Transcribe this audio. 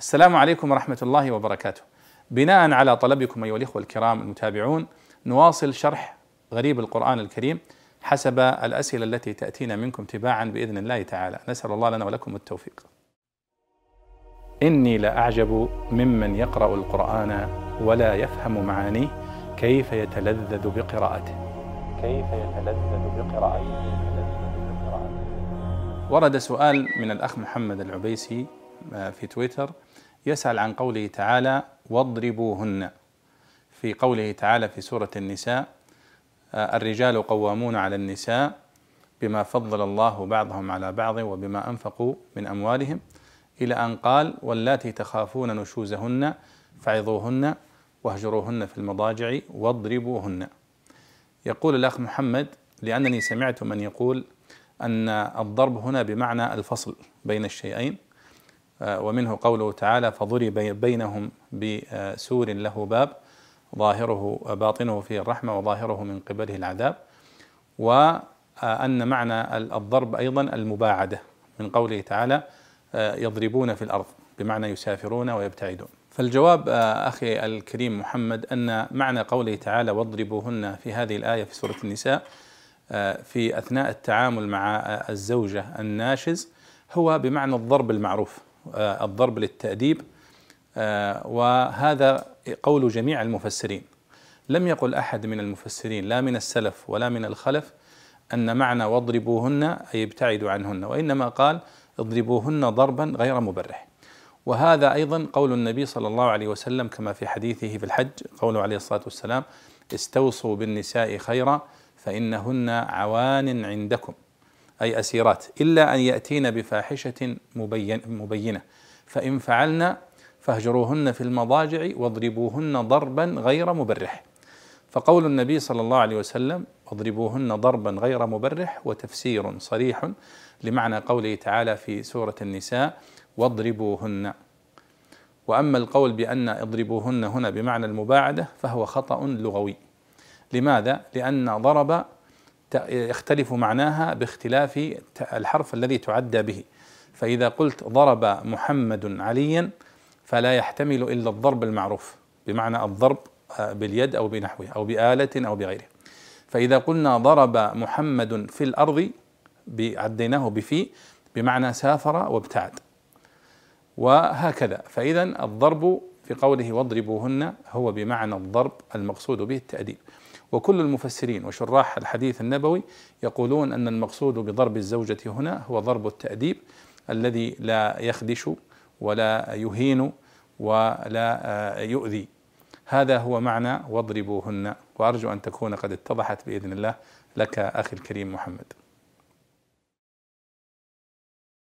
السلام عليكم ورحمة الله وبركاته. بناء على طلبكم أيها الإخوة الكرام المتابعون، نواصل شرح غريب القرآن الكريم حسب الأسئلة التي تأتينا منكم تباعا بإذن الله تعالى. نسأل الله لنا ولكم التوفيق. إني لأعجب ممن يقرأ القرآن ولا يفهم معانيه كيف يتلذذ بقراءته. ورد سؤال من الأخ محمد العبيسي في تويتر يسأل عن قوله تعالى واضربوهن، في قوله تعالى في سورة النساء الرجال قوامون على النساء بما فضل الله بعضهم على بعض وبما أنفقوا من أموالهم، إلى أن قال واللاتي تخافون نشوزهن فعظوهن واهجروهن في المضاجع واضربوهن. يقول الأخ محمد: لأنني سمعت من يقول أن الضرب هنا بمعنى الفصل بين الشيئين، ومنه قوله تعالى فضرب بينهم بسور له باب باطنه فيه الرحمة وظاهره من قبله العذاب، وأن معنى الضرب أيضا المباعدة من قوله تعالى يضربون في الأرض بمعنى يسافرون ويبتعدون. فالجواب أخي الكريم محمد أن معنى قوله تعالى واضربوهن في هذه الآية في سورة النساء في أثناء التعامل مع الزوجة الناشز هو بمعنى الضرب المعروف، الضرب للتأديب، وهذا قول جميع المفسرين. لم يقل أحد من المفسرين لا من السلف ولا من الخلف أن معنى واضربوهن أي ابتعدوا عنهن، وإنما قال اضربوهن ضربا غير مبرح. وهذا أيضا قول النبي صلى الله عليه وسلم كما في حديثه في الحج، قوله عليه الصلاة والسلام استوصوا بالنساء خيرا فإنهن عوان عندكم، أي أسيرات، إلا أن يأتين بفاحشة مبينة فإن فعلن فاهجروهن في المضاجع واضربوهن ضربا غير مبرح. فقول النبي صلى الله عليه وسلم واضربوهن ضربا غير مبرح وتفسير صريح لمعنى قوله تعالى في سورة النساء واضربوهن. وأما القول بأن اضربوهن هنا بمعنى المباعدة فهو خطأ لغوي. لماذا؟ لأن ضرب يختلف معناها باختلاف الحرف الذي تعدى به، فإذا قلت ضرب محمد عليا فلا يحتمل إلا الضرب المعروف بمعنى الضرب باليد أو بنحوه أو بآلة أو بغيره. فإذا قلنا ضرب محمد في الأرض عديناه بفي بمعنى سافر وابتعد، وهكذا. فإذا الضرب في قوله واضربوهن هو بمعنى الضرب المقصود به التأديب. وكل المفسرين وشراح الحديث النبوي يقولون أن المقصود بضرب الزوجة هنا هو ضرب التأديب الذي لا يخدش ولا يهين ولا يؤذي. هذا هو معنى واضربوهن، وأرجو أن تكون قد اتضحت بإذن الله لك أخي الكريم محمد.